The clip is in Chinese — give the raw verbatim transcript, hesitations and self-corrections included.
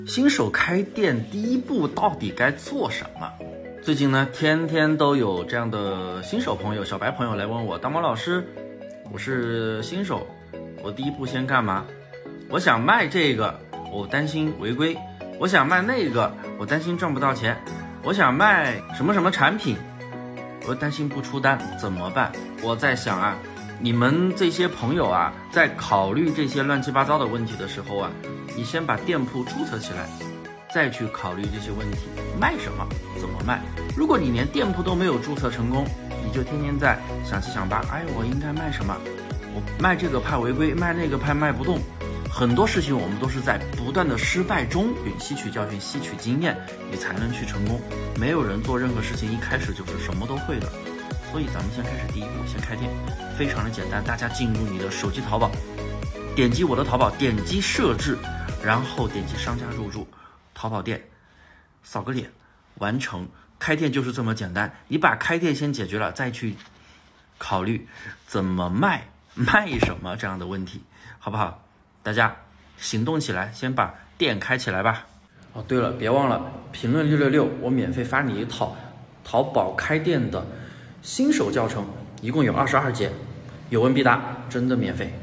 新手开店第一步到底该做什么？最近呢，天天都有这样的新手朋友、小白朋友来问我，大毛老师，我是新手，我第一步先干嘛？我想卖这个，我担心违规；我想卖那个，我担心赚不到钱；我想卖什么什么产品，我担心不出单，怎么办？我在想啊，你们这些朋友啊，在考虑这些乱七八糟的问题的时候啊，你先把店铺注册起来，再去考虑这些问题，卖什么，怎么卖。如果你连店铺都没有注册成功，你就天天在想七想八，哎，我应该卖什么？我卖这个怕违规，卖那个怕卖不动。很多事情我们都是在不断的失败中吸取教训、吸取经验，你才能去成功。没有人做任何事情一开始就是什么都会的。所以咱们先开始第一步，先开店，非常的简单。大家进入你的手机淘宝，点击我的淘宝，点击设置，然后点击商家入驻，淘宝店，扫个脸，完成。开店就是这么简单。你把开店先解决了，再去考虑怎么卖、卖什么这样的问题，好不好？大家行动起来，先把店开起来吧。哦，对了，别忘了评论六六六，我免费发你一套淘宝开店的新手教程，一共有二十二节，有问必答，真的免费。